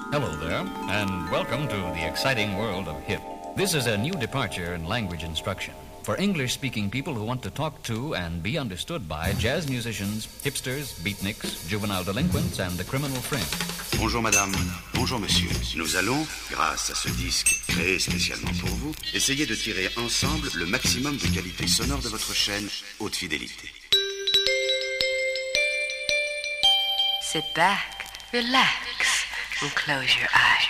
Hello there, and welcome to the exciting world of hip. This is a new departure in language instruction for English-speaking people who want to talk to and be understood by jazz musicians, hipsters, beatniks, juvenile delinquents, and the criminal fringe. Bonjour madame, bonjour monsieur. Nous allons, grâce à ce disque créé spécialement pour vous, essayer de tirer ensemble le maximum de qualité sonore de votre chaîne haute fidélité. Sit back, relax, and close your eyes.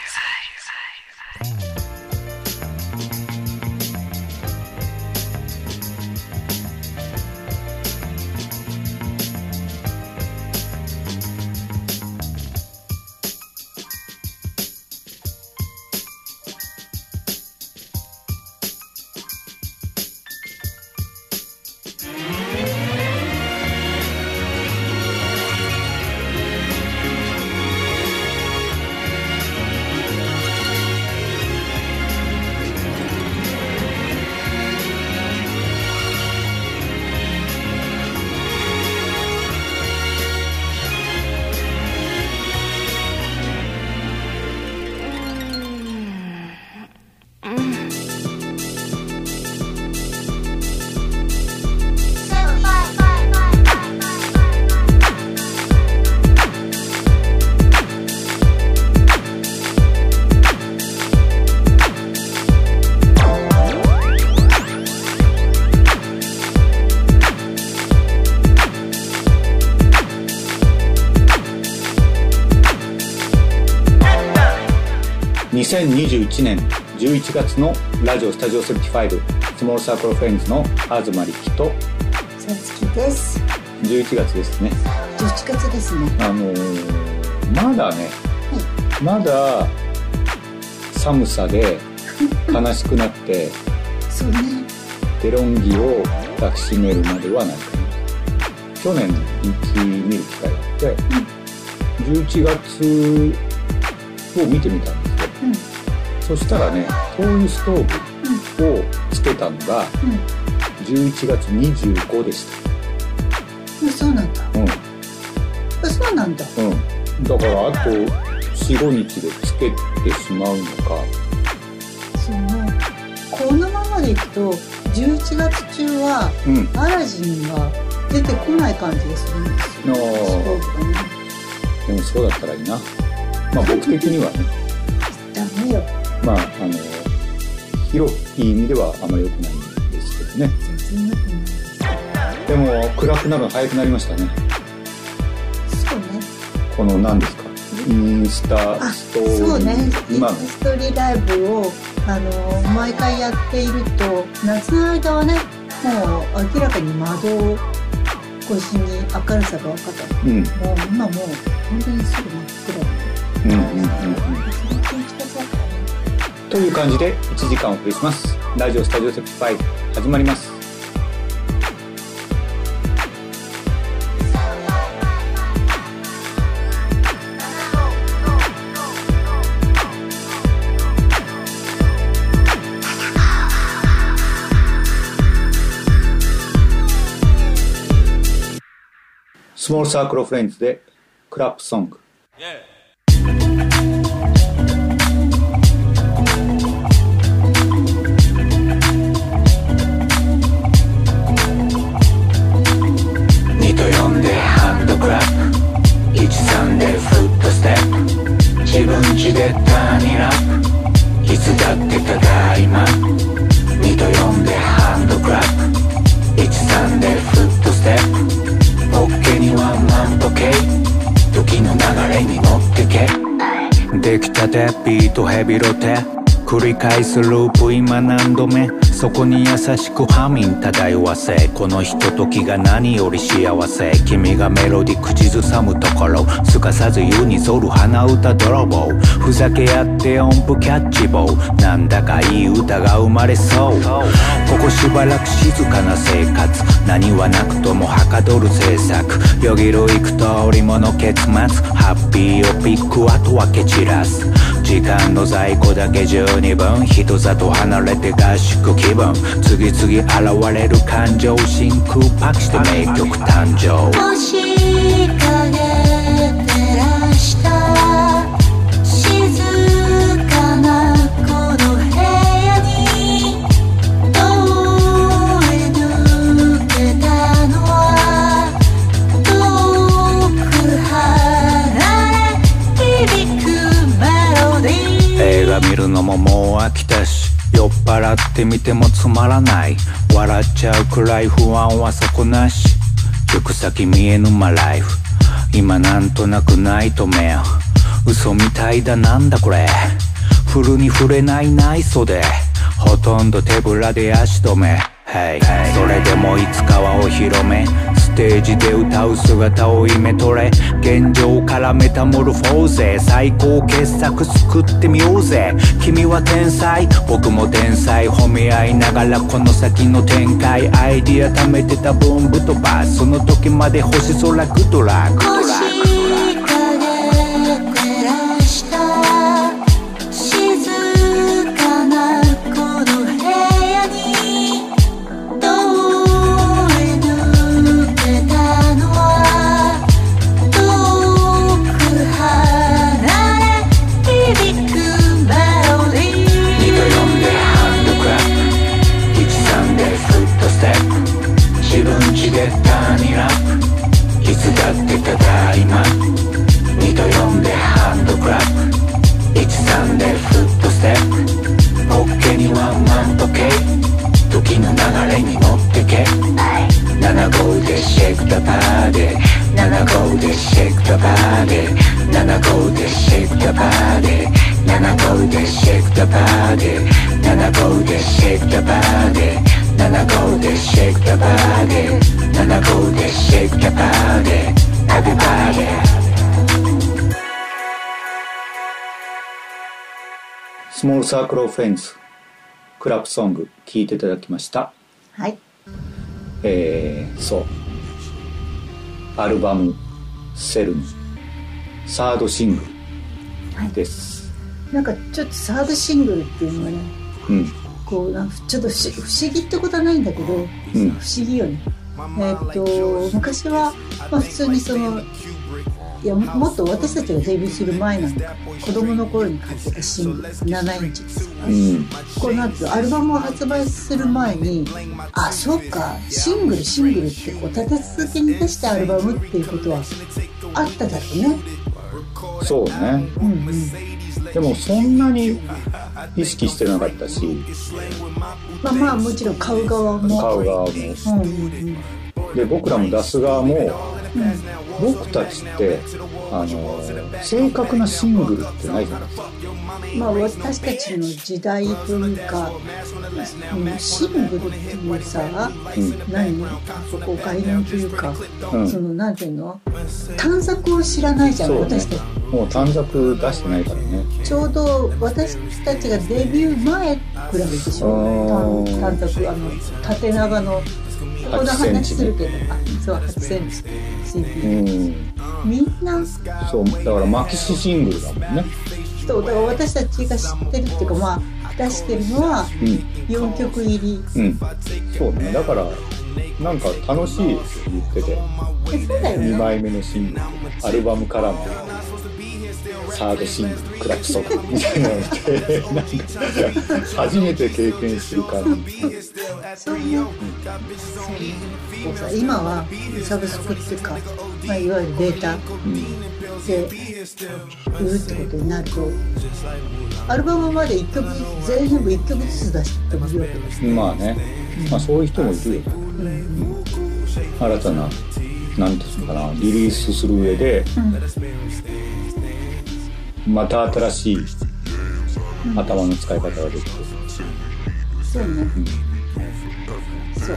2021年11月のラジオスタジオ75スモールサークルフレンズの東力とさつきです。 11月ですね。 11月ですね。 まだね、まだ寒さで悲しくなってそうね、 デロンギを抱きしめるまではないかな。去年日記見る機会があって、11月を見てみたんですよ。そしたらね、灯油ストーブをつけたのが11月25でした。 そうなんだ。そうなんだ。 だからあと 4,5 日でつけてしまうのか。 そうね。このままでいくと11月中はアラジンが出てこない感じがするんですよ。ストーブがね。 でもそうだったらいいな。まあ僕的にはね。 ダメよ。 まあ広い意味ではあまり良くないんですけどね。 全然良くないです。 でも暗くなるの早くなりましたね。 そうね。 この何ですか、インスタストーリー、 そうね、 今のストーリーライブを毎回やっていると、夏の間はね、もう明らかに窓越しに明るさが分かった。もう今もう本当にすぐ真っ暗。 という感じで1時間お送りします。ラジオスタジオ75始まります。スモールサークルフレンズでクラップソング。 2と4でハンドクラップ、1、3でフットステップ、自分ちでターニラップ、いつだってただいま。2と4でハンドクラップ、1、3でフットステップ、ポッケには万歩計、時の流れに乗ってけ。出来たてビートヘビロテ、繰り返すループ今何度目、そこに優しくハミン漂わせ、このひとときが何より幸せ。君がメロディ口ずさむところ、すかさず湯に反る鼻歌泥棒、ふざけ合って音符キャッチボー、なんだかいい歌が生まれそう。ここしばらく静かな生活、何はなくともはかどる制作、よぎる幾通りもの結末、ハッピーをピックあとは蹴散らす。時間の在庫だけ十二分、人里離れて合宿気分、次々現れる感情、真空パックして名曲誕生。星影照らした静ももう飽きたし、酔っ払ってみてもつまらない。笑っちゃうくらい不安は底なし。行く先見えぬマライフ、今なんとなくナイトメア。嘘みたいだなんだこれ、フルに触れない内装でほとんど手ぶらで足止め。Hey, それでもいつかはお披露目、ステージで歌う姿をイメトレ。現状からメタモルフォーゼ、最高傑作作ってみようぜ。君は天才、僕も天才、褒め合いながらこの先の展開。アイディア貯めてた分ぶとば、その時まで星空グッドラック。いつだってただいま、2と4でハンドクラップ、13でフットステップ、ポッケには万歩計、時の流れに乗ってけ。75でシェイクダバーデー、75でシェイクダバーデー、75でシェイクダバーデー、75でシェイクダバーデー、75でシェイクダバーデー、75でシェイクダバーデー、75でシェイクダバーデー、Everybody。 スモールサークルオフェンスクラップソング聴いていただきました。 はい。 そうアルバムセルのサードシングルです、 はい、なんかちょっとサードシングルっていうのはね、 うん、 こうなんかちょっと不思議ってことはないんだけど、うん、不思議よね。昔は、まあ、普通にそのいやもっと私たちがデビューする前なんか子供の頃に買ってたシングル7インチです、うん、この後アルバムを発売する前にあそうかシングルってこう立て続けに出したアルバムっていうことはあっただろうね。 そうね、うんうん、でもそんなに意識してなかったし、 まあまあもちろん買う側も、 うんうんうん、で僕らも出す側も、うん、僕たちって正確なシングルってないじゃないですか。 まあ私たちの時代というか、シングルっていうさ、うん、何そこ概念というか、うん、そのなんていうの短冊を知らないじゃん、ね、私たちもう短冊出してないからね。 ちょうど私たちがデビュー前くらいでしょ。短冊縦長のここの話するけどそう8センチ CD、みんなそうだからマキシシングルだもんね。 そうだから私たちが知ってるっていうかまあ出してるのは4曲入り、 うん、そうね。だからなんか楽しい言ってて、 そうだよね、 2枚目のシングルアルバムからのサードシングルクラップソングみたいなのってなんか初めて経験する感じ。 そうね、そう今はサブスクっていうか、まあ、いわゆるデータで売るってことになると、アルバムまで1曲全部1曲ずつ出してもいいわけです、ね、まあね、まあそういう人もいるよ、新たななんていうのかなリリースする上で、また新しい頭の使い方ができる、 そうね、そう、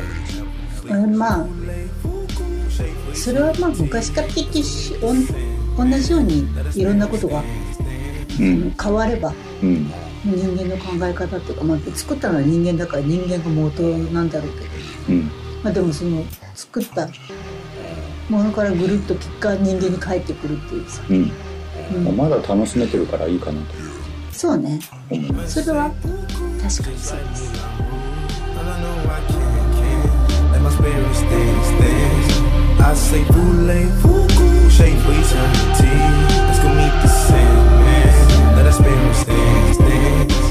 まあそれはまあ昔から結局同じようにいろんなことが、変われば、人間の考え方っていうか、まあ、作ったのは人間だから人間が元なんだろうけど、まあ、でもその作ったものからぐるっと結果人間に返ってくるっていうさ、 まだ楽しめてるからいいかなと。 そうね、それは確かにそうです。 I say voulez vous shape for eternity. Let's go meet the Sandman. Let us spirits dance.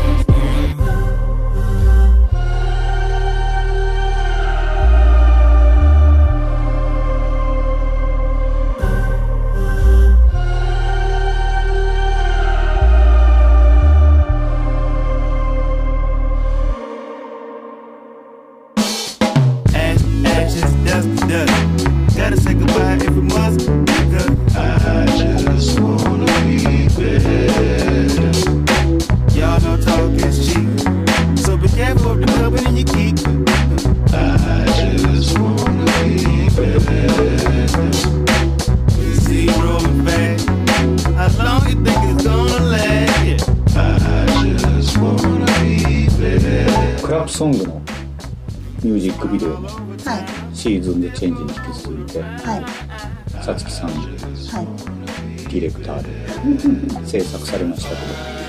ソングのミュージックビデオのはいシーズンでチェンジに引き続いて、 はいさつきさんはいディレクターで制作されましたけど、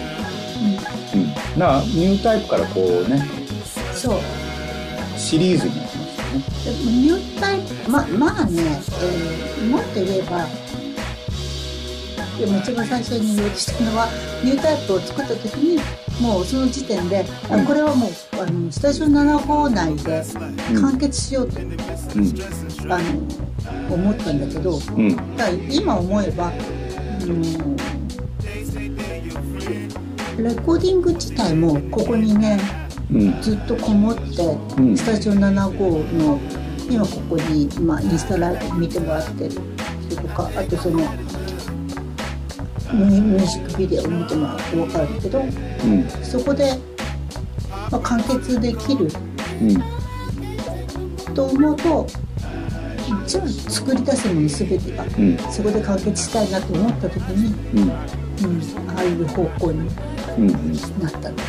ニュータイプからこうね、 そうシリーズになってますよね。 でもニュータイプまあね、もっと言えばでも一番最初に言おうとしたのはニュータイプを作った時にもうその時点で、これはもうスタジオ7号内で完結しようと、思ったんだけど、だから今思えば、レコーディング自体もここにね、ずっとこもって、スタジオ7号の今ここに、インスタライブ見てもらってるそれとか、あとそのミュージックビデオを見てもらうと分かるけど、そこで、完結できる、と思うとじゃあ作り出すもの全てが、そこで完結したいなと思った時に、ああいう方向になったんだ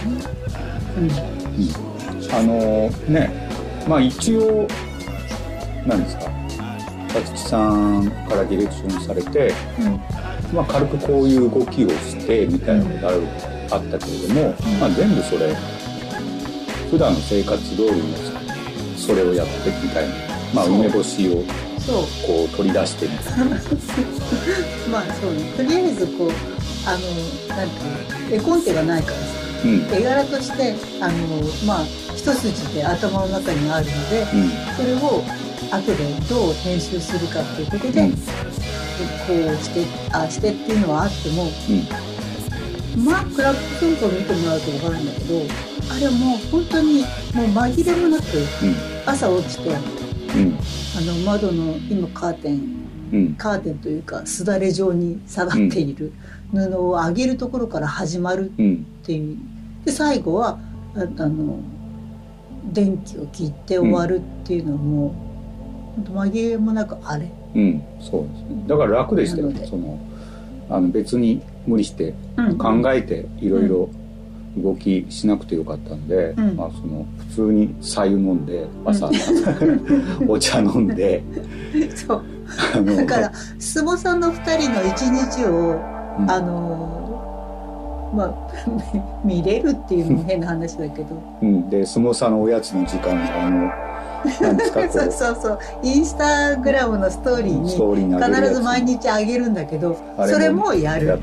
ね。 一応何ですか、さつきさんからディレクションされて、軽くこういう動きをしてみたいなのがあったけれども、全部それ普段の生活通りのそれをやってみたいな、梅干しをこう取り出してみたいなそうね、とりあえずこうなんていう絵コンテがないからさ、絵柄として一筋で頭の中にあるので、それを後でどう編集するかっていうことで、こうしてっていうのはあっても、クラップソングを見てもらうと分かるんだけど、あれはもう本当にもう紛れもなく、朝起きて、窓の今カーテンというかすだれ状に下がっている布を上げるところから始まるっていう、で最後は電気を切って終わるっていうのはもう本当紛れもなくあれ。 そうですね。だから楽でしたよね。別に無理して考えていろいろ動きしなくてよかったんで、普通に白湯飲んで朝お茶飲んでそうだから相撲さんの2人の一日を見れるっていうのも変な話だけど、 で相撲さんのおやつの時間なんですかそうインスタグラムのストーリーに必ず毎日あげるんだけど、それもやって、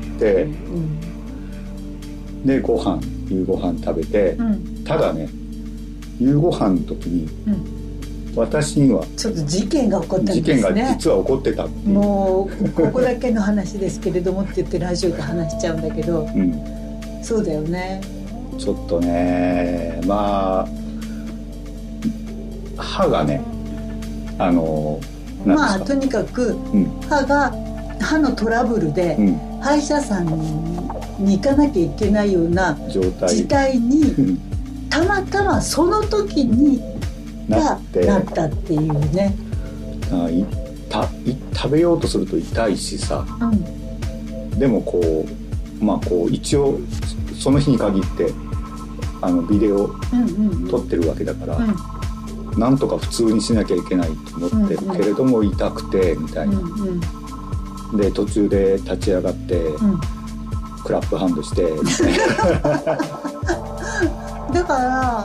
で夕ご飯食べて、ただね夕ご飯の時に、私にはちょっと事件が起こったんですね。 事件が実は起こってたっていう、 もうここだけの話ですけれどもって言ってラジオで話しちゃうんだけど、そうだよね。 ちょっとね歯がねとにかく、歯のトラブルで、歯医者さんに行かなきゃいけないような事態にたまたまその時になったっていうね。 食べようとすると痛いしさ、でもこう一応その日に限ってビデオ撮ってるわけだから、なんとか普通にしなきゃいけないと思ってるけれども、痛くてみたいな、で途中で立ち上がって、クラップハンドしてみたいなだから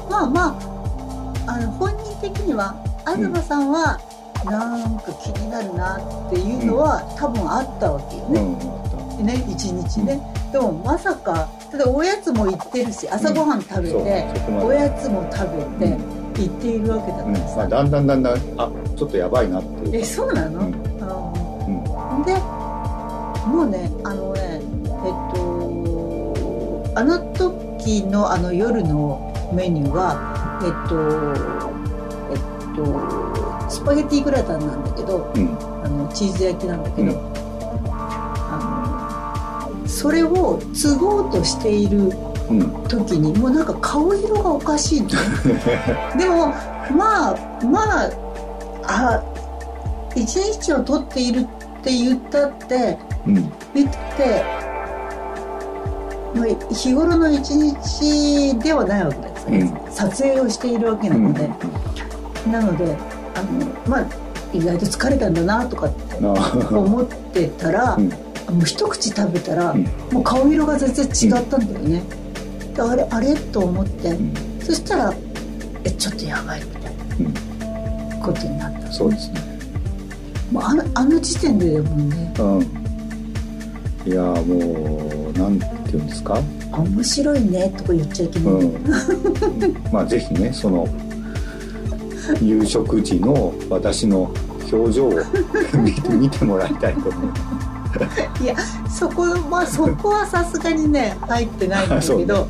本人的には東さんはなんか気になるなっていうのは、多分あったわけよね、一日ね。でもまさかおやつも行ってるし、朝ごはん食べて、おやつも食べて行っているわけだからさ、 だんだんちょっとやばいなっていう。 そうなの？でもうねあの時の夜のメニューはスパゲティグラタンなんだけど、チーズ焼きなんだけど、それを継ごうとしている時に、もうなんか顔色がおかしいのねでも一日を取っているって言ったって、 日頃の一日ではないわけですね、撮影をしているわけなので、なので意外と疲れたんだなとかって思ってたら、もう一口食べたら、もう顔色が全然違ったんだよね、あれと思って、そしたらちょっとやばいみたいなことになった、 そうですね。 もうあの時点ででもね、 いやもうなんていうんですか、 面白いねとか言っちゃいけない、 ぜひね、その夕食時の私の表情を見てもらいたいと思ういやそこはさすがにね入ってないんだけど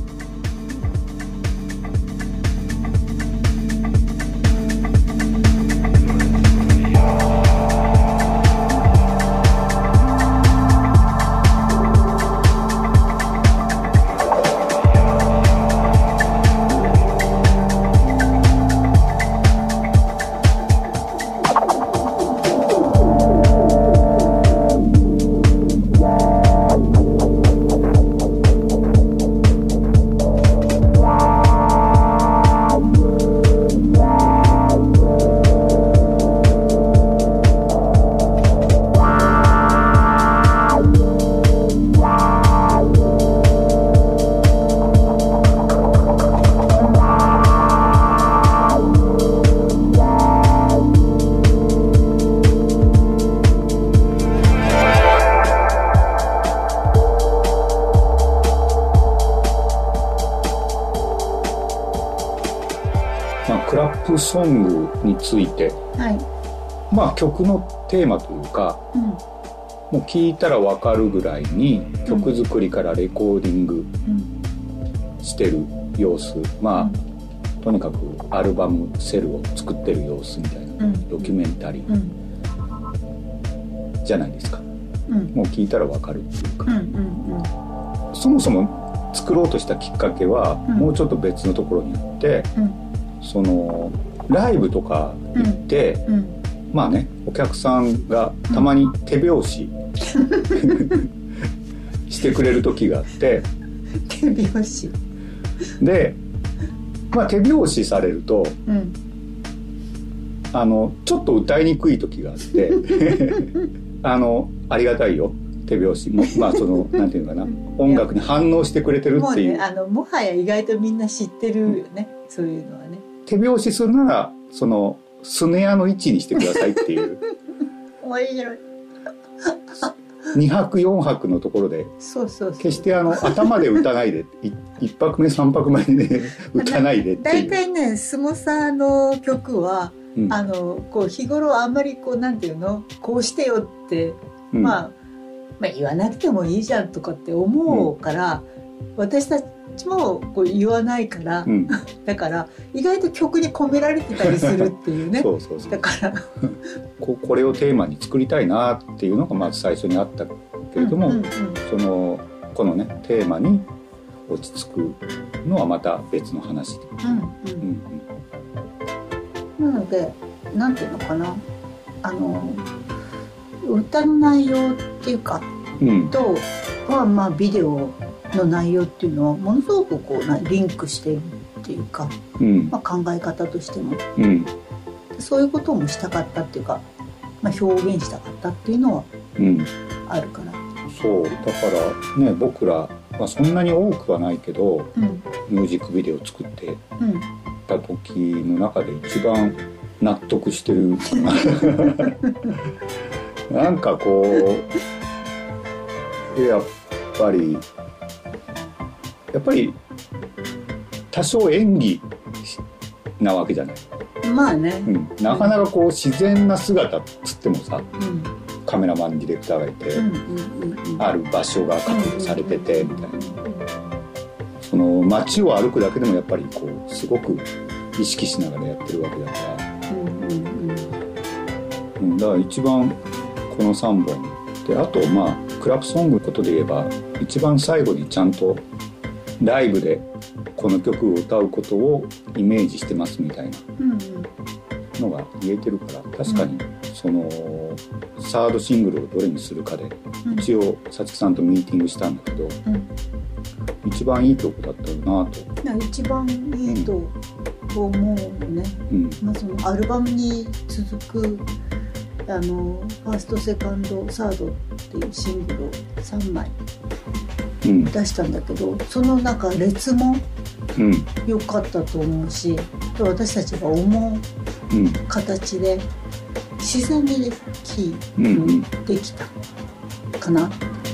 クラップソングについて、曲のテーマというか、もう聴いたら分かるぐらいに曲作りからレコーディングしてる様子、とにかくアルバムセルを作ってる様子みたいな、ドキュメンタリー、じゃないですか、もう聴いたら分かるっていうか、そもそも作ろうとしたきっかけは、もうちょっと別のところにあって、そのライブとか行って、お客さんがたまに手拍子してくれる時があって、 手拍子で、手拍子されると、ちょっと歌いにくい時があってありがたいよ手拍子も、そのなんていうのかな、音楽に反応してくれてるっていう、 もはや意外とみんな知ってるよね、そういうのはね。 手拍子するならそのスネアの位置にしてくださいっていう面白い 2拍4拍のところで、決して頭で歌ないで1拍目3拍目で歌ないでっていう。 大体ねスモサーの曲は、こう日頃あんまりこうなんていうの、こうしてよって、言わなくてもいいじゃんとかって思うから、私たちもこう言わないから、だから意外と曲に込められてたりするっていうねだからこれをテーマに作りたいなっていうのがまず最初にあったけれども、このねテーマに落ち着くのはまた別の話で、 なのでなんていうのかな、歌の内容っていうか、とはビデオの内容っていうのはものすごくこうリンクしているっていうか、考え方としても、そういうこともしたかったっていうか、表現したかったっていうのはあるから、 そうだからね、僕らはそんなに多くはないけど、ミュージックビデオ作ってた時の中で一番納得してるなんかこうやっぱり多少演技なわけじゃない。なかなかこう自然な姿っつってもさ、カメラマンディレクターがいて、ある場所が確保されててみたいな、その街を歩くだけでもやっぱりこうすごく意識しながらやってるわけだから、だから一番この3本で、あとクラップソングのことで言えば一番最後にちゃんとライブでこの曲を歌うことをイメージしてますみたいなのが言えてるから、確かにそのサードシングルをどれにするかで一応さつきさんとミーティングしたんだけど、 一番いい曲だったなと。 一番いいと思うね、まあ、そのアルバムに続くファーストセカンドサードっていうシングルを3枚出したんだけど、その中列も良かったと思うし、私たちが思う形で自然にできたかな。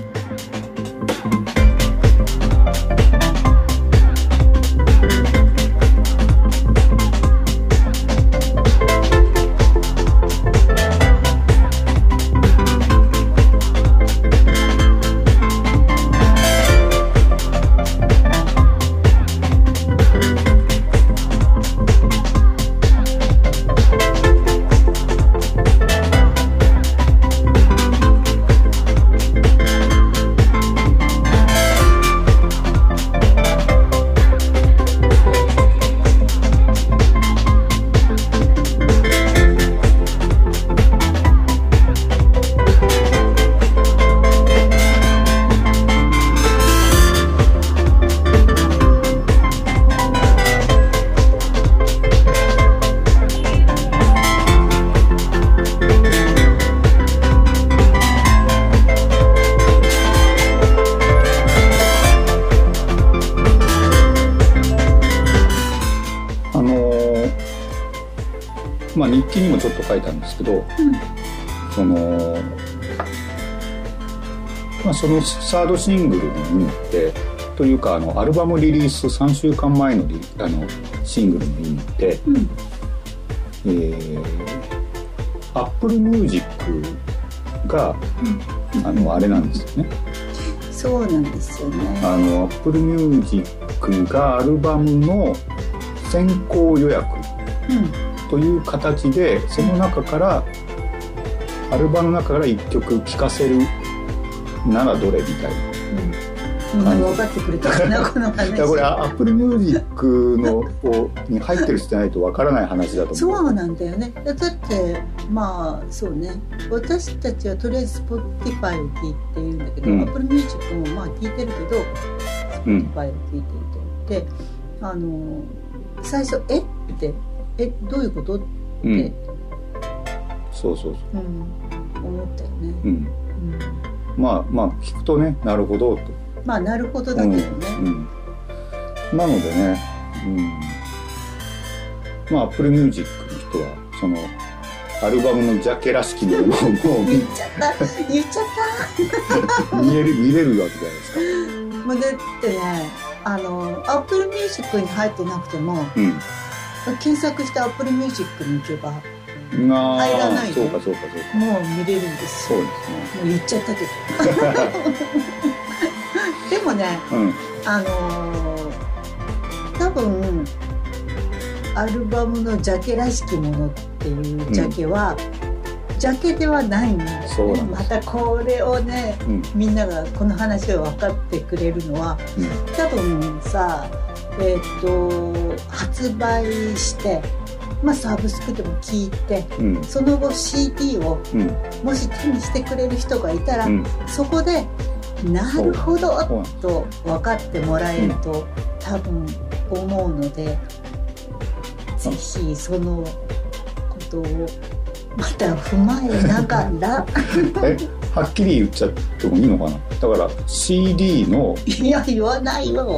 まあ、日記にもちょっと書いたんですけど、そのサードシングルの意味ってというかアルバムリリース3週間前のシングルの意味って、Apple Music が、あれなんですよね。 そうなんですよね。 Apple Music がアルバムの先行予約という形で、その中からアルバムの中から1曲聴かせるならどれみたいな、 分かってくれたかなこの話。 これ Apple Music に入ってる人じゃないと分からない話だと思う。 そうなんだよね。だってまあそうね、私たちはとりあえず Spotify を聴いているんだけど、Apple Music もまあ聴いてるけど Spotify を聴いていて、で最初ってどういうことって、 そう、思ったよね。 まあ聞くとね、なるほどと。 まあなるほどだけどね。 なのでね、まあ Apple Music の人はそのアルバムのジャケらしきものをもう言っちゃった見れるわけじゃないですか。 もうだってね、Apple Music に入ってなくても、検索して Apple Music に行けば入らないで、もう見れるんですよ。そうですね。もう言っちゃったけどでもね、多分アルバムのジャケらしきものっていうジャケは、ジャケではないんですよね。またこれをね、みんながこの話を分かってくれるのは、多分さ、発売して、まあ、サブスクでも聞いて、その後 CD をもし手にしてくれる人がいたら、そこでなるほどと分かってもらえると多分思うので、ぜひそのことをまた踏まえながらはっきり言っちゃってもいいのかな。だから CD のいや言わないよ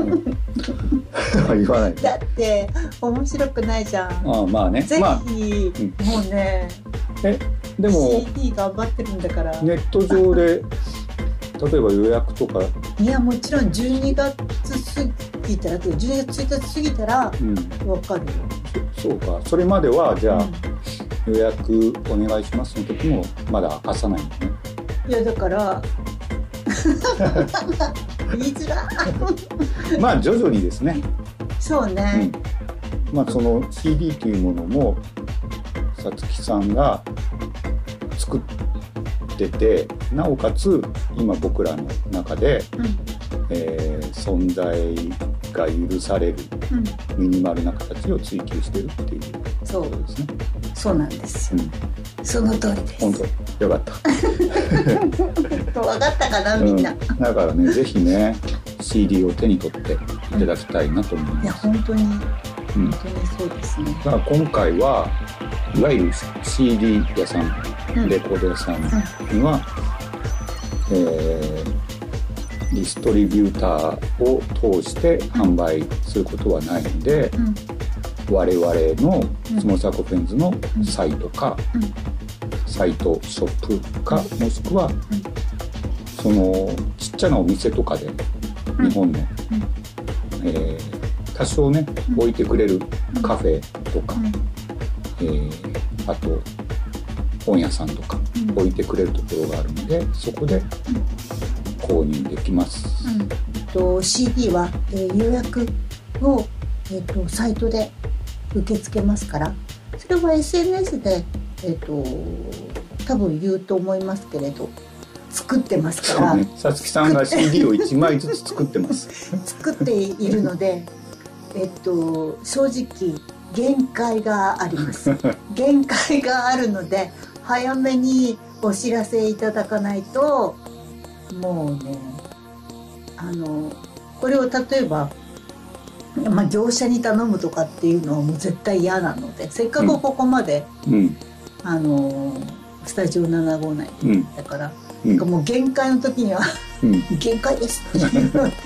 言わない。 だって面白くないじゃん。 まあね。 ぜひ、もうね。 でも CD 頑張ってるんだから。 ネット上で例えば予約とか。 いやもちろん12月過ぎたら、12月1日過ぎたら分かるよ。 そうか。それまではじゃあ、予約お願いしますの時もまだ明かさないのね。 いやだから言いづらまあ徐々にですね。 そうね、 まあその CD というものもさつきさんが作ってて、なおかつ今僕らの中で、存在が許されるミニマルな形を追求してるっていうことですね。 そうなんですよ、その通りです。 本当よかった分かったかなみんな、 だからね、ぜひね CD を手に取っていただきたいなと思います。 いや本当にそうですね。 だから今回はいわゆる CD 屋さん、レコード屋さんには、ディストリビューターを通して販売することはないので、我々のスモーサーコフェンズのサイトか、サイトショップか、もしくはそのちっちゃなお店とかで日本の、多少ね置いてくれるカフェとか、あと本屋さんとか置いてくれるところがあるので、そこで購入できます。 CD は、予約を、サイトで受け付けますから、それは SNS で、多分言うと思いますけれど作ってますから、 さつきさんが CD を1枚ずつ作ってます作っているので、正直限界があります限界があるので早めにお知らせいただかないと、もうねこれを例えば、業者に頼むとかっていうのはもう絶対嫌なので、せっかくここまで、スタジオ759でだから、もう限界の時には限界ですって言うので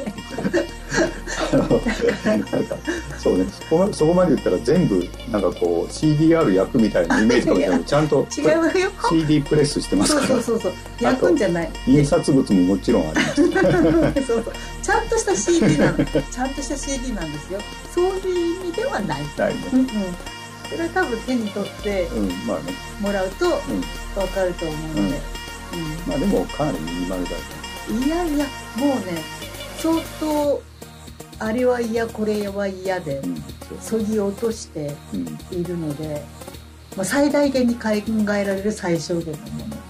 そうね、そこまで言ったら全部なんかこう CDR 焼くみたいなイメージかもしれない。ちゃんと CD プレスしてますから。 そう焼くんじゃない、 印刷物ももちろんありますそうちゃんとした CD なのちゃんとした CD なんですよ。そういう意味ではないね。それは多分手に取ってもらうと分かると思うので、 でもかなりミニマルだよね。 いやいやもうね、相当あれは嫌これは嫌でそぎ落としているので、最大限に考えられる最小限のもの。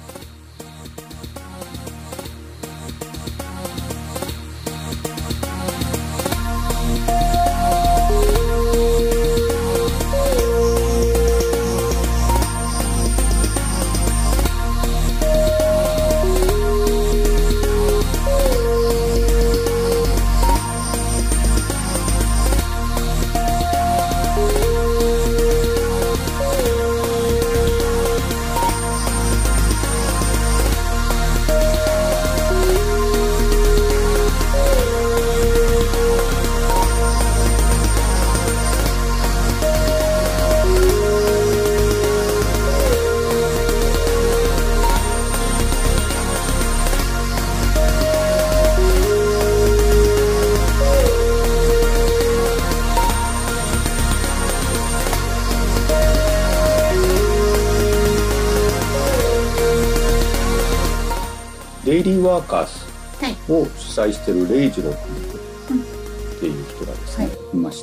デイリーワーカーズを主催しているレイジロー君っていう人がですね、いまして、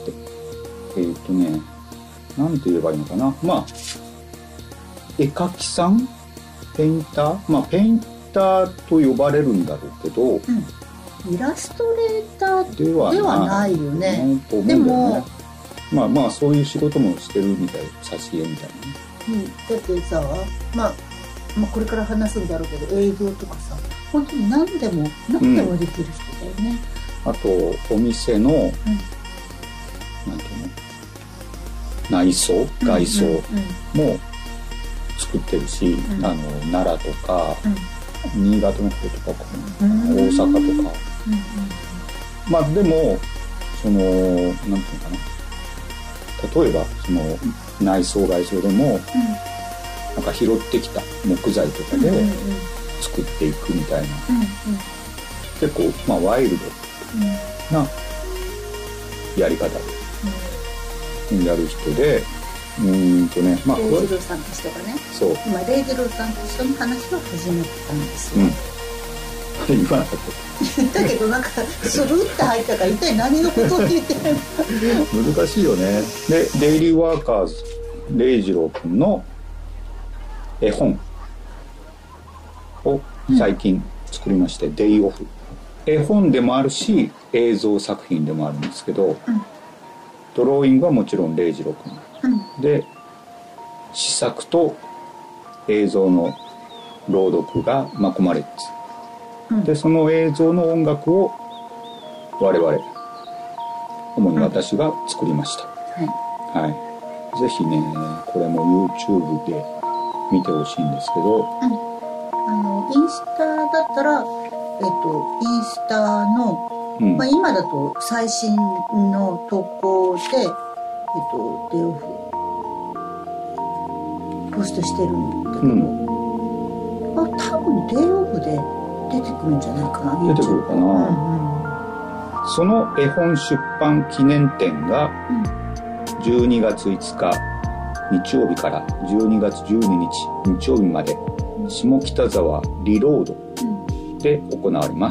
なんて言えばいいのかな、絵描きさん、ペインター、ペインターと呼ばれるんだろうけど、 イラストレーターではないよね。でもそういう仕事もしてるみたい、挿絵みたいなね。 だってさ、これから話すんだろうけど、営業とかさ、本当に何でもできる人だよね。 あとお店の、なんていうの、内装外装も作ってるし、奈良とか、新潟の方とかかな、大阪とか、でもそのなんていうのかな、例えばその内装外装でも、なんか拾ってきた木材とかで作っていくみたいな、結構ワイルドなやり方やる人で、 レイジローさんとしてはね、 そう今レイジローさんと一緒に話を始めたんですよ。 言わなかっただけどなんかスルッて入ったから一体何のことを言ってるの難しいよね。でデイリーワーカーズレイジロー君の絵本を最近作りまして、デイオフ、絵本でもあるし映像作品でもあるんですけど、ドローイングはもちろんレイジロ君、で詩作と映像の朗読がマコマレッツ、でその映像の音楽を我々主に私が作りました。はい、ぜひねこれも YouTube で見てほしいんですけど、 インスタだったら、インスタの、今だと最新の投稿で、デイオフポストしてるんだけど、多分デイオフで出てくるんじゃないかな。 出てくるかな。その絵本出版記念展が12月5日日曜日から12月12日日曜日まで下北沢リロードで行われます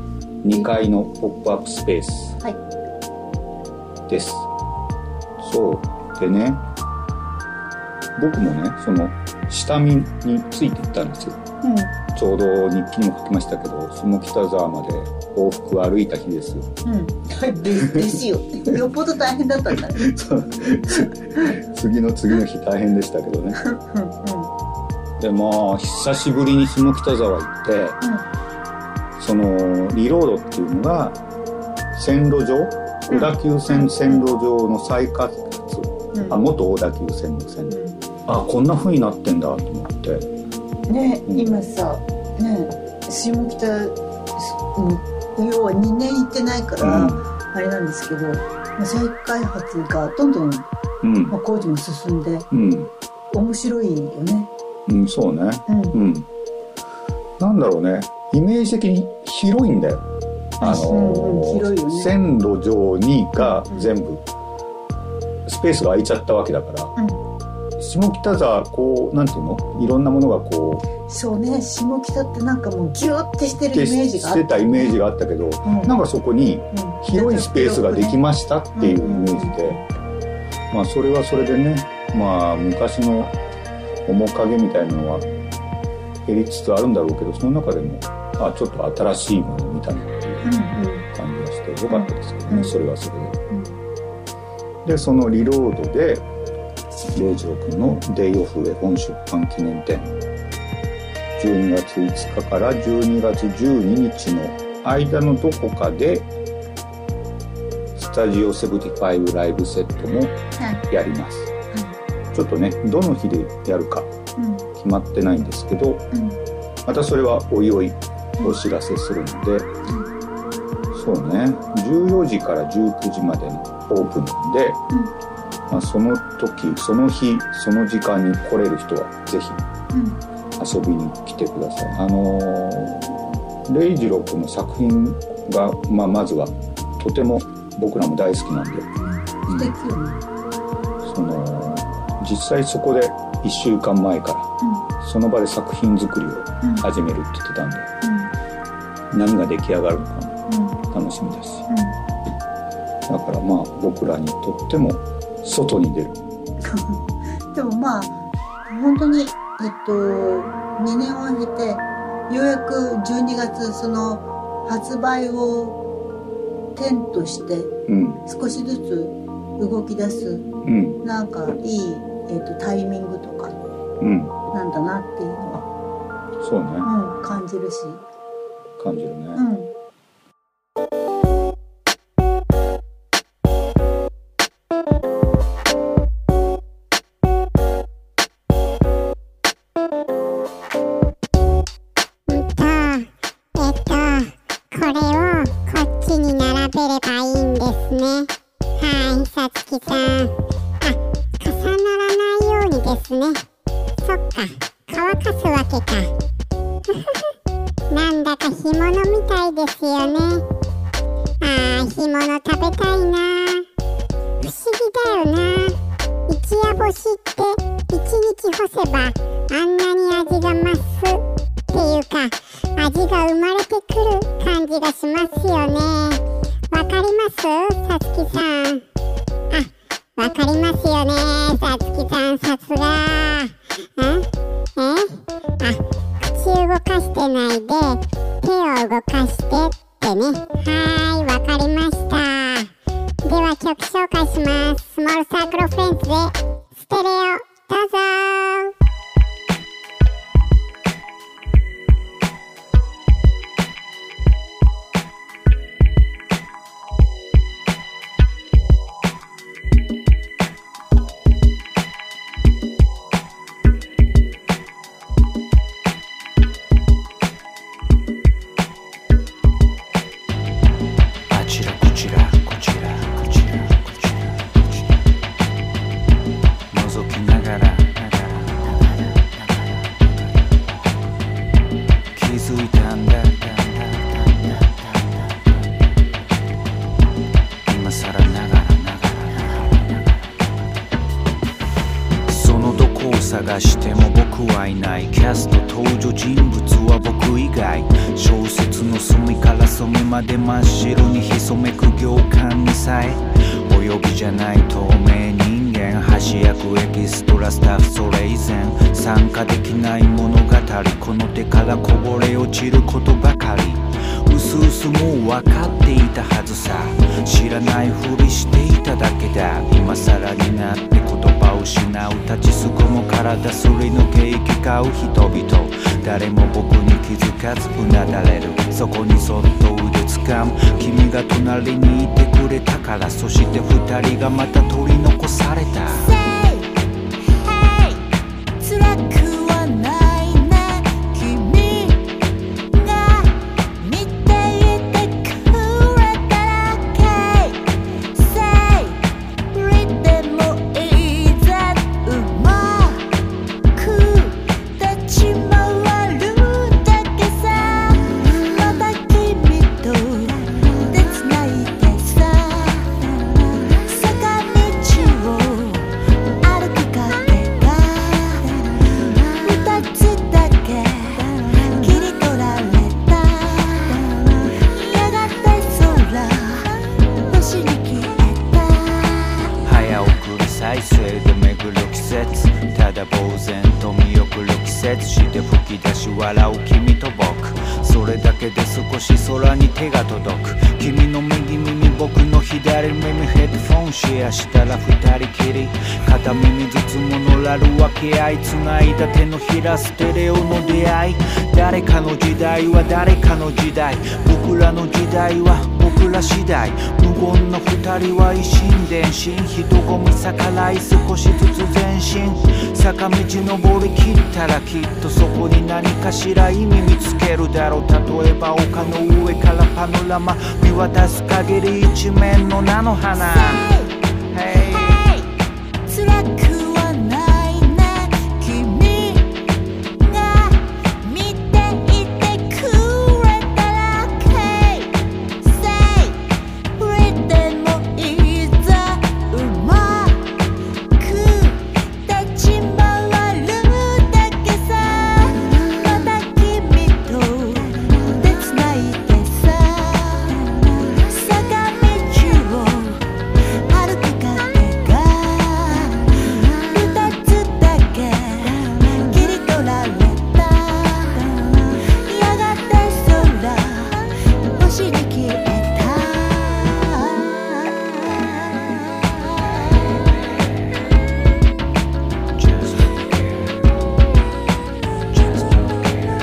。2階のポップアップスペースです。そうでね、僕もねその下見について行ったんですよ。ちょうど日記にも書きましたけど、下北沢まで往復歩いた日ですよ。 ですよ。よっぽど大変だったんだね。 次の日大変でしたけどね。でまあ久しぶりに下北沢行って、そのリロードっていうのが線路上、小田急線線路上の再開発、元小田急線の線路、こんな風になってんだと思ってね、今さね下北要は2年行ってないから、あれなんですけど、再開発がどんどん、工事も進んで、面白いよね。 そうね。なんだろうね、イメージ的に広いんだよ。 広いよね。 線路上にが全部スペースが空いちゃったわけだから、下北沢こうなんていうの、いろんなものがこう、 そうね、下北ってなんかもうギュッてしてるイメージがあった、 してたイメージがあったけど、なんかそこに広いスペースができましたっていうイメージで、まあそれはそれでね、まあ昔の面影みたいなのは減りつつあるんだろうけど、その中でもちょっと新しいものを見たなっていう感じがしてよかったですけどね、それはそれで。でそのリロードで礼二郎君のデイオフ絵本出版記念展、12月5日から12月12日の間のどこかでスタジオ75ライブセットもやります。ちょっとねどの日でやるか決まってないんですけど、またそれはおいおいお知らせするので、そうね、14時から19時までのオープンで、その時その日その時間に来れる人はぜひ遊びに来てください。礼二郎君の作品が、まずはとても僕らも大好きなんで、 素敵よね。 その実際そこで1週間前から、その場で作品作りを始めるって言ってたんで、何が出来上がるのかも楽しみだし、だから僕らにとっても外に出るでも本当に2年を経てようやく12月その発売を点として、少しずつ動き出す、なんかいい、タイミングとかなんだなっていうのは、 そうね、 感じるし、 感じるね。 なんだか干物みたいですよね。干物食べたいな。不思議だよな。一夜干しって一日干せばあんなに味が増すっていうか、味が生まれてくる感じがしますよね。わかりますさつきさん。わかりますよねさつきさん、さすが。口動かしてないで手を動かしてってね。わかりました。では曲紹介します。スモールサークルフレンズでステレオ、どうぞ。 探しても僕はいない。キャスト登場人物は僕以外。小説の隅から隅まで真っ白に潜めく行間にさえ泳ぎじゃない透明人間。端役エキストラスタッフそれ以前。参加できない物語。この手からこぼれ落ちることばかり。うすうすもう分かっていたはずさ。知らないふりしていただけだ。今更になって言葉を失う。立ちすくむ体すり抜け行き交う人々。誰も僕に気づかずうなだれる。そこにそっと腕つかむ。君が隣にいてくれたから。そして二人がまた取り残された。して吹き出し笑う君と僕。それだけで少し空に手が届く。君の右耳僕の左耳。ヘッドフォンシェアしたら二人きり。片耳ずつモノラル分け合い。繋いだ手のひらステレオの出会い。誰かの時代は誰かの時代。僕らの時代は僕ら次第。無言の二人は一心伝心。人混み逆らい少しずつ前進。坂道登り切ったらきっとそこに何かしら意味見つけるだろう。例えば丘の上からパノラマ見渡す限り一面の菜の花。Hey, hey, 辛くはないね。君が見ていてくれたら Hey, say 触れてもいいざうまく立ち回るだけさ。また君と手つないでさ。坂道を歩く影が二つだけ切り取られた。やがて空星に消えた。Just don't care. Just don't care.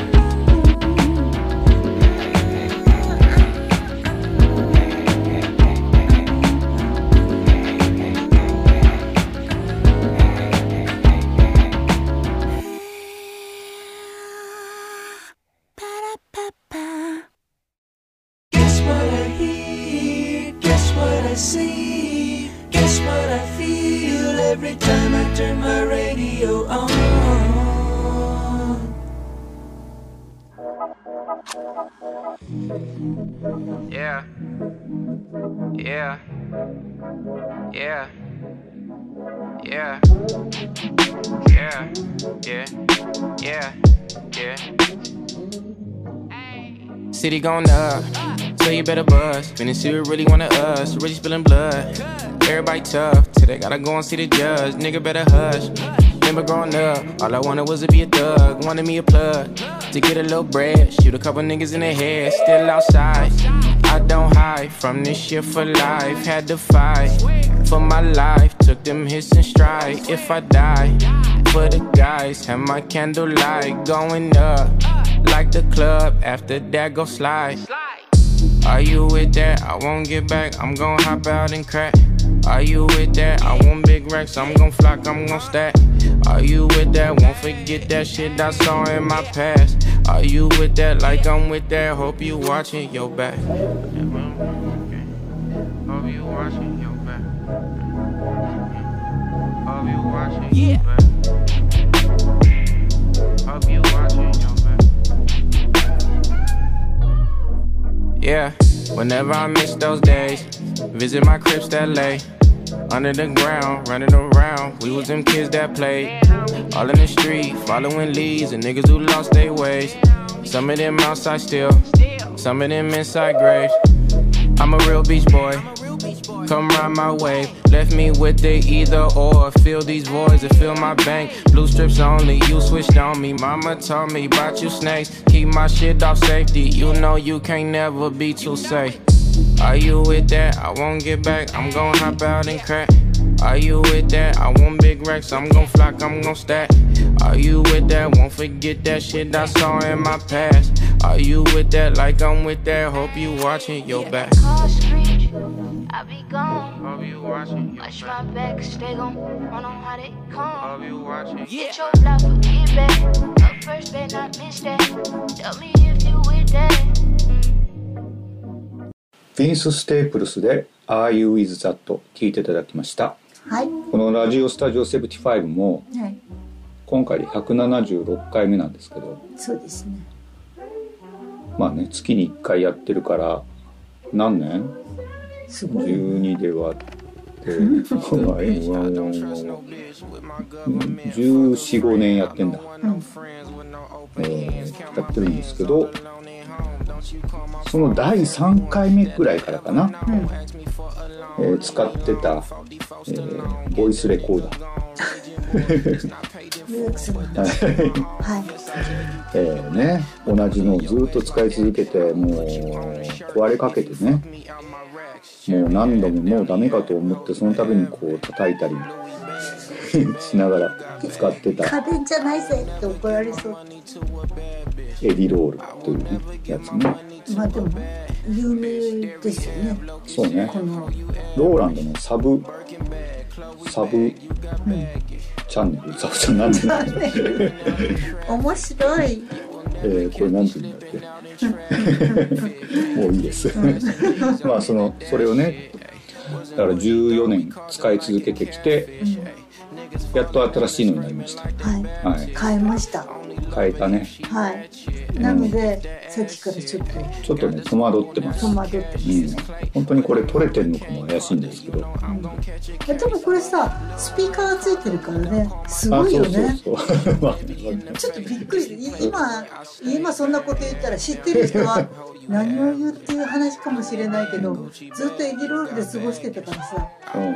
Guess what I hear, guess what I see, guess what I feel every time I turn my radio on. Yeah. Yeah. Yeah. Yeah. Yeah. Yeah. Yeah. Yeah. City going up, so you better buzz. Finna see who really wanted us, really spilling blood. Everybody tough, till they gotta go and see the judge. Nigga better hush. Remember growing up, all I wanted was to be a thug. Wanted me a plug, to get a little bread. Shoot a couple niggas in the head, still outside. I don't hide from this shit for life. Had to fight for my life, took them hits in stride. If I die, for the guys, have my candlelight going up. Like the club, after that go slide. Are you with that? I won't get back, I'm gon' hop out and crack. Are you with that? I want big racks, I'm gon' flock, I'm gon' stack. Are you with that? Won't forget that shit I saw in my past. Are you with that? Like I'm with that, hope you watching your back. Hope you watching your back. Hope you watching your back. Hope you watching your back. Yeah, whenever I miss those days, visit my cribs that lay. under the ground, running around. We was them kids that played all in the street, following leads and niggas who lost their ways. Some of them outside still, some of them inside graves. I'm a real beach boy, come ride my wave. Left me with the either or. Fill these voids and fill my bank. Blue strips only, you switched on me. Mama told me about you snakes. Keep my shit off safety. You know you can't never be too safe. Are you with that? I won't get back. I'm gon' hop out and crack. Are you with that? I want big racks. I'm gon' flock, I'm gon' stack. Are you with that? Won't forget that shit I saw in my past. Are you with that? Like I'm with that. Hope you watching your back. I be gone. Hope you watching. Watch my back, stay gon' run on how they come. Hope you watching. Get your life, get back. Up first, better not miss that. Tell me if you with that. フィニス・ステープルスで Are You With That 聞いていただきました。 はい。 このラジオスタジオ75も、 はい、 今回で176回目なんですけど。 そうですね。 まあね、月に1回やってるから何年？ すごい。12 で割って14、15年やってんだ。やってるんですけど、その第3回目くらいからかな、使ってた、ボイスレコーダーね、同じのをずっと使い続けて、もう壊れかけてね、もう何度ももうダメかと思って、その度にこう叩いたりしながら使ってた家電じゃないぜって怒られそう。 エディロールというねやつね。 まあでも有名ですよね。 そうね。ローランドのサブ、チャンネル、サブチャンネル面白い。 これなんて言うんだっけもういいですまあそれをね、だから14年使い続けてきて、やっと新しいのになりました。はい、 変えました。 変えたね。 はい。なので、さっきからちょっとね、戸惑ってます。 戸惑ってますね。 本当にこれ取れてるのかも怪しいんですけど。でもこれさ、スピーカーがついてるからね、すごいよね。そうちょっとびっくり。今そんなこと言ったら知ってる人は何を言うっていう話かもしれないけど、ずっとエディロールで過ごしてたからさ、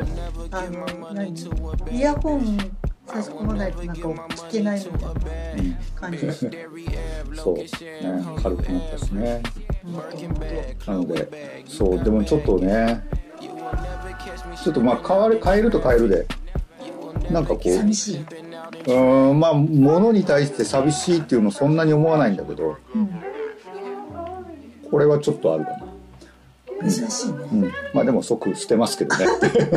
イヤホン差し込まないとなんか聞けないみたいな感じで、 そうね、軽くなったしね。なので、そうでもちょっとね、ちょっとまあ変えると変えるでなんかこう寂しい。 まあ物に対して寂しいっていうのそんなに思わないんだけど、これはちょっとあるかな。 珍しいね。 まあでも即捨てますけどね。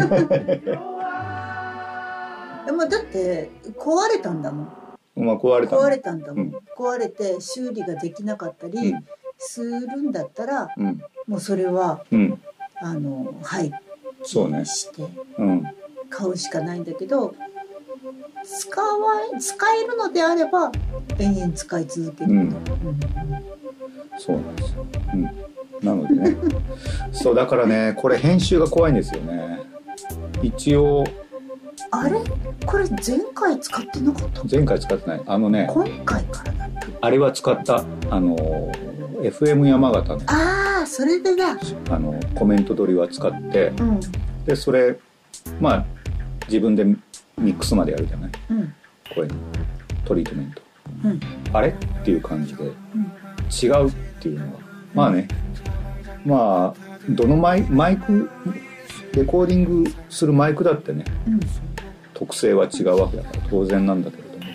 でもだって壊れたんだもん。 まあ壊れたんだもん。 壊れて修理ができなかったりするんだったら、もうそれは、廃棄して買うしかないんだけど、使えるのであれば延々使い続ける。 そうなんですよ。なのでね、そうだからね、これ編集が怖いんですよね。一応あれこれ前回使ってなかった？ 前回使ってない。今回からだった。 あれは使った。FM 山形の。 それでだ。 コメント取りは使って、でそれまあ自分でミックスまでやるじゃない。声のトリートメント。あれっていう感じで、違うっていうのはまあね、まあどのマイクレコーディングするマイクだってね、特性は違うわけだから当然なんだけれども、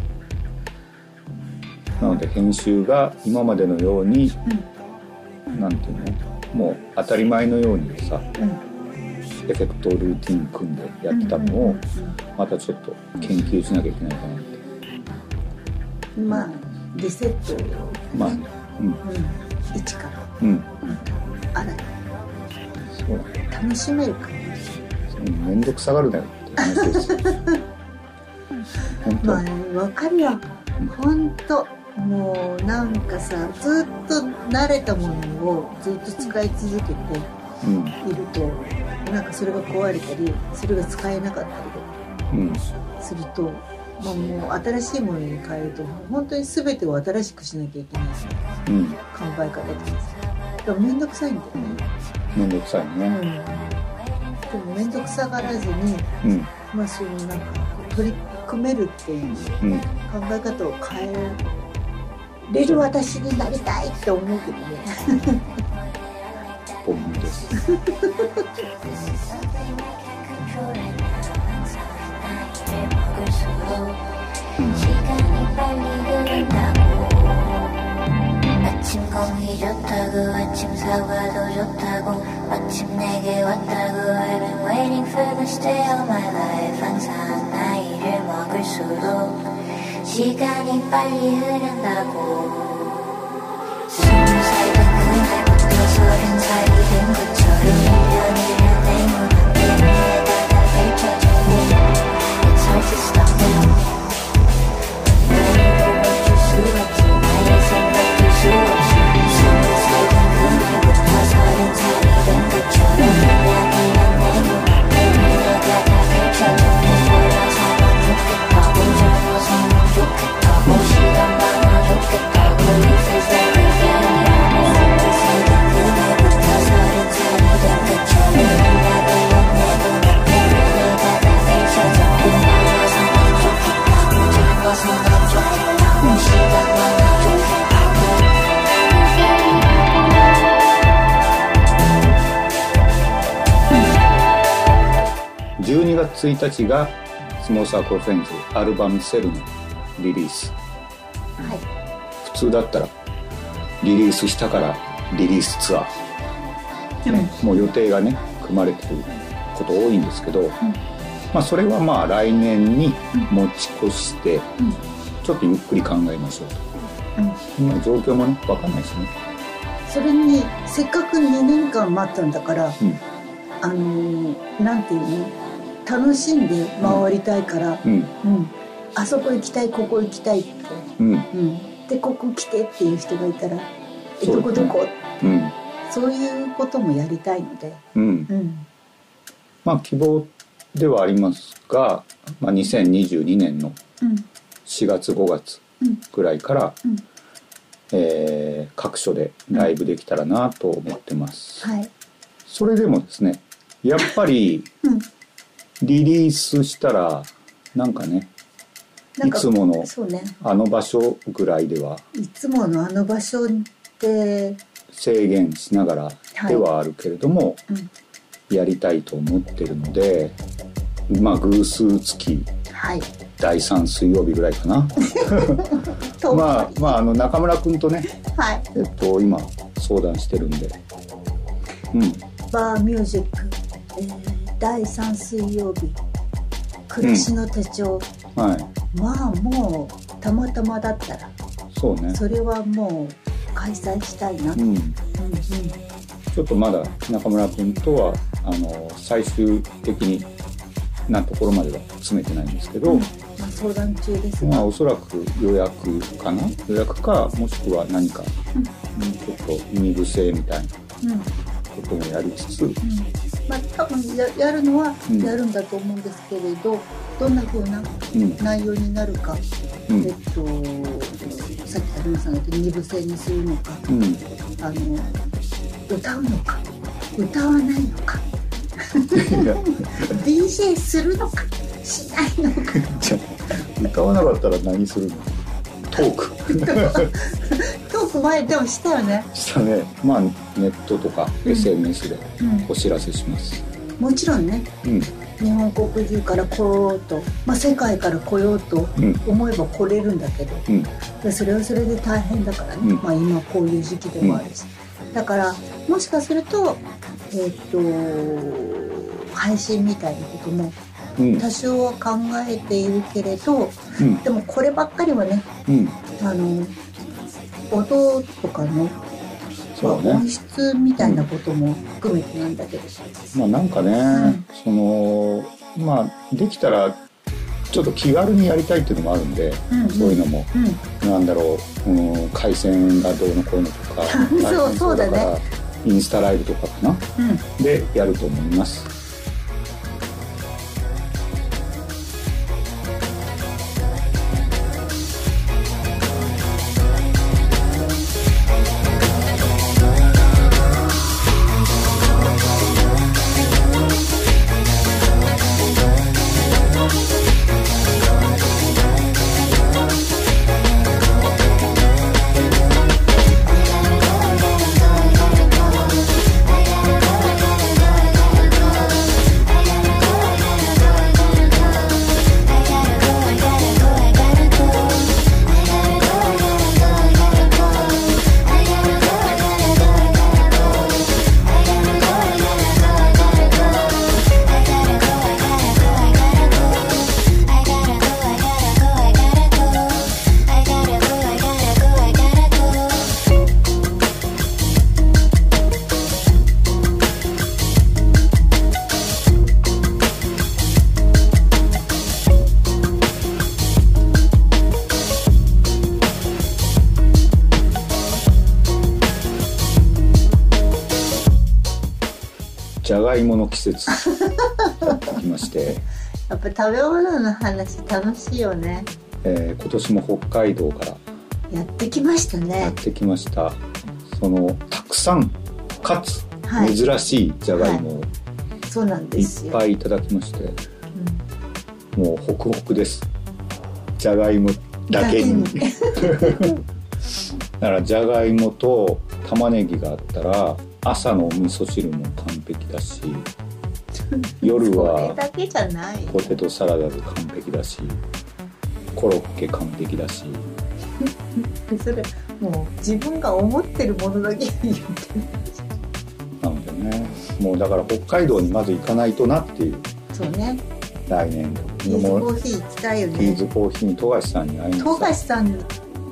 なので編集が今までのように、なんていうの、もう当たり前のようにさ、エフェクトルーティン組んでやってたのをまたちょっと研究しなきゃいけないかなって。 まあリセットを、 まあ一から、 そう楽しめるかも。 めんどくさがるなよって話ですまあ分かるよ。本当もうなんかさ、ずっと慣れたものをずっと使い続けて、 いると、なんかそれが壊れたりそれが使えなかったりとかすると、もう新しいものに変えると本当に全てを新しくしなきゃいけない考え方です。だから面倒くさいんだよね。 面倒くさいね。 でも面倒くさがらずに、まあそういうなんか取り組めるっていう考え方を変えれる私になりたいって思うけどね。 僕もです。 아침 공기 좋다고 아침 사과도 좋다고 아침 내게 왔다고 I've been waiting for this day all my life 항상 나이를 먹을수록 시간이 빨리 흐른다고 20살 된 그날부터 30살이 된 것처럼 1년이면 내 눈앞에 미래가 다 펼쳐지고 It's hard to stop now 나를 멈출 수 없지 나의 생각들 수 없이 20살 된 그날부터 30살이 된 것처럼 1년이면 내 눈앞에 미래가 다 펼쳐지고 돌아서면 좋겠다고 젊어서면 좋겠다고 시간 많아 좋겠다고 If it's everything 20살 된 그날부터 30살이 된 것처럼 1년이면 내 눈앞에 미래가 다 펼쳐지고 돌아서면 좋겠다고 젊어서면 좋겠다고 시간 많아 좋겠다고 12月1日がスモールサークルフレンズアルバムセルのリリース、普通だったらリリースしたからリリースツアー、もう予定がね組まれてること多いんですけど、まあ、それはまあ来年に持ち越して、ちょっとゆっくり考えましょうと、今状況もね分かんないしね。 それにせっかく2年間待ったんだから、なんていうの、楽しんで回りたいから、あそこ行きたいここ行きたいって、でここ来てっていう人がいたらどこどこ、そういうこともやりたいので、まあ希望ではありますが、まあ、2022年の4月5月ぐらいから、各所でライブできたらなと思ってます、それでもですねやっぱりリリースしたらなんかね、いつものあの場所ぐらいでは、 いつものあの場所って制限しながらではあるけれども、やりたいと思ってるので、まあ偶数月、第3水曜日ぐらいかなまあ中村くんとね、今相談してるんで、 バーミュージック、第3水曜日暮らしの手帳、まあもうたまたまだったらそうね、 それはもう開催したいな、 ちょっとまだ中村くんとは最終的になところまでは詰めてないんですけど、 相談中ですが、おそらく予約かな、予約かもしくは何か、ちょっと2部制みたいなこともやりつつ、 多分 やるのはやるんだと思うんですけれど、どんな風な内容になるか、さっき春菜さんが言った2部制にするのか、歌うのか歌わないのかDJ するのかしないのかじゃあ歌わなかったら何するの？トークトーク前でもしたよね。 したね。まあネットとか SNS でお知らせします、 もちろんね、日本国中から来ようと、世界から来ようと思えば来れるんだけど、でそれはそれで大変だからね、今こういう時期でもあるし、だからもしかすると配信みたいなことも多少は考えているけれど、でもこればっかりはね、音とかの、音質みたいなことも含めてなんだけど、 なんかね、できたらちょっと気軽にやりたいっていうのもあるんで、そういうのも、なんだろう、回線がどうのこうのとかそうだね、 インスタライブとかかな、でやると思います。じゃがいもの季節やってきましてやっぱ食べ物の話楽しいよね。 今年も北海道からやってきましたね。 やってきました。そのたくさんかつ珍しいじゃがいもをそうなんですよ。 いっぱいいただきまして、もうホクホクです。じゃがいもだけにだからじゃがいもと玉ねぎがあったら朝のお味噌汁も完璧だし夜はポテトサラダで完璧だしコロッケ完璧だしそれもう自分が思ってるものだけ言ってるなのでね、もうだから北海道にまず行かないとなっていう。 そうね、 来年キーズコーヒー行きたいよね。 キーズコーヒーに富樫さんに会いました。 富樫さん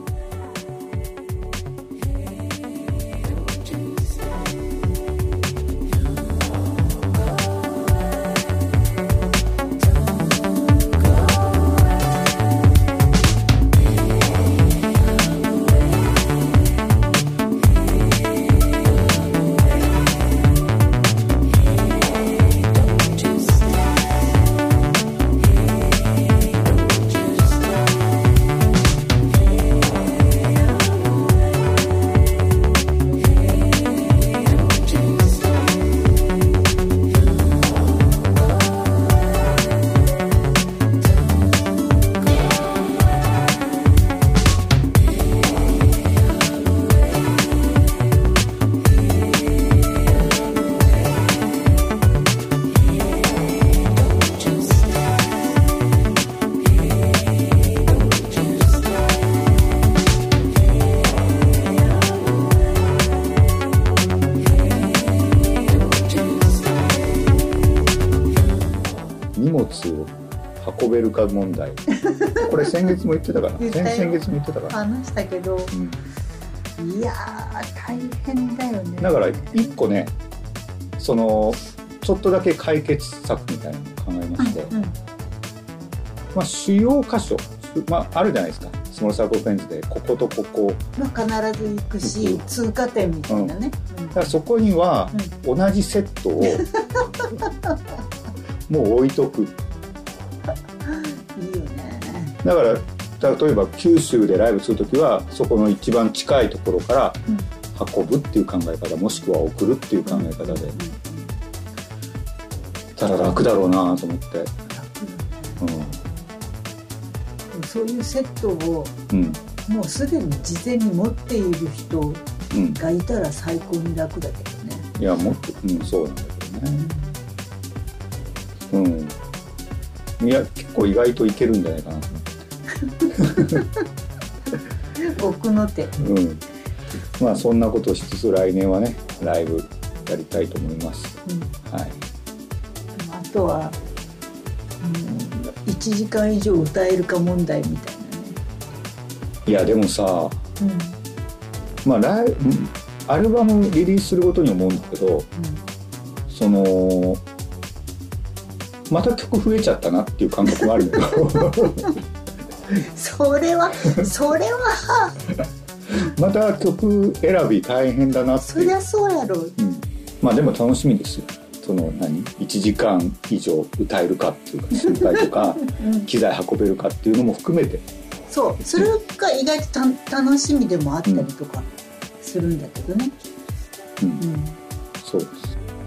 運べるか問題これ先月も言ってたかな先月も言ってたかな話したけど、いやー大変だよね。 だから一個ねそのちょっとだけ解決策みたいなのを考えまして、まあ、主要箇所、まあ、あるじゃないですかスモールサークルフェンズでこことここ、 まあ、必ず行くし通過点みたいなね、 だからそこには同じセットをもう置いとく。 いいよね。 だから例えば九州でライブするときはそこの一番近いところから運ぶっていう考え方、もしくは送るっていう考え方で、ただ楽だろうなと思って、 そういうセットを、もうすでに事前に持っている人がいたら最高に楽だけどね。 いやもっと、そうなんだけどね。いや結構意外といけるんじゃないかなと思って奥の手。 まあそんなことをしつつ来年はねライブやりたいと思います。はい。 あとは、1時間以上歌えるか問題みたいなね。 いやでもさ、まあアルバムリリースするごとに思うんだけど、そのまた曲増えちゃったなっていう感覚もあるけどそれはまた曲選び大変だなって。 そりゃそうやろ、 まあでも楽しみですよ。その1時間以上歌えるかっていうか心配とか機材運べるかっていうのも含めて、 そうそれが意外と楽しみでもあったりとかするんだけどね。そうです。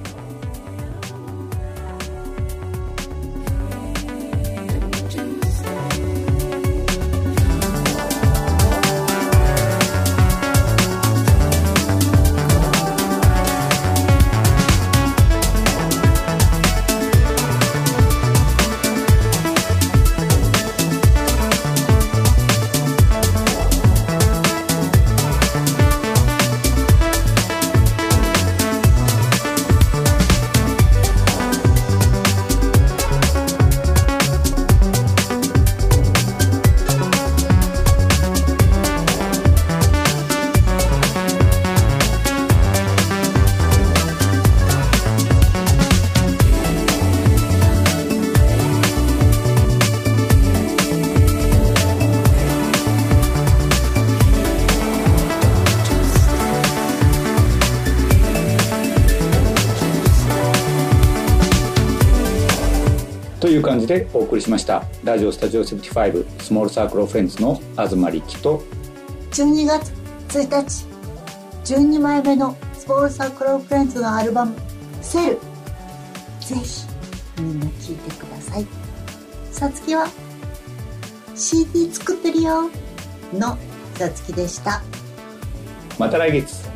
という感じでお送りしました。ラジオスタジオ75スモールサークルフレンズの東力と 12月1日12枚目のスモールサークルフレンズのアルバムセル、ぜひみんな聴いてください。さつきは CD 作ってるよのさつきでした。 また来月。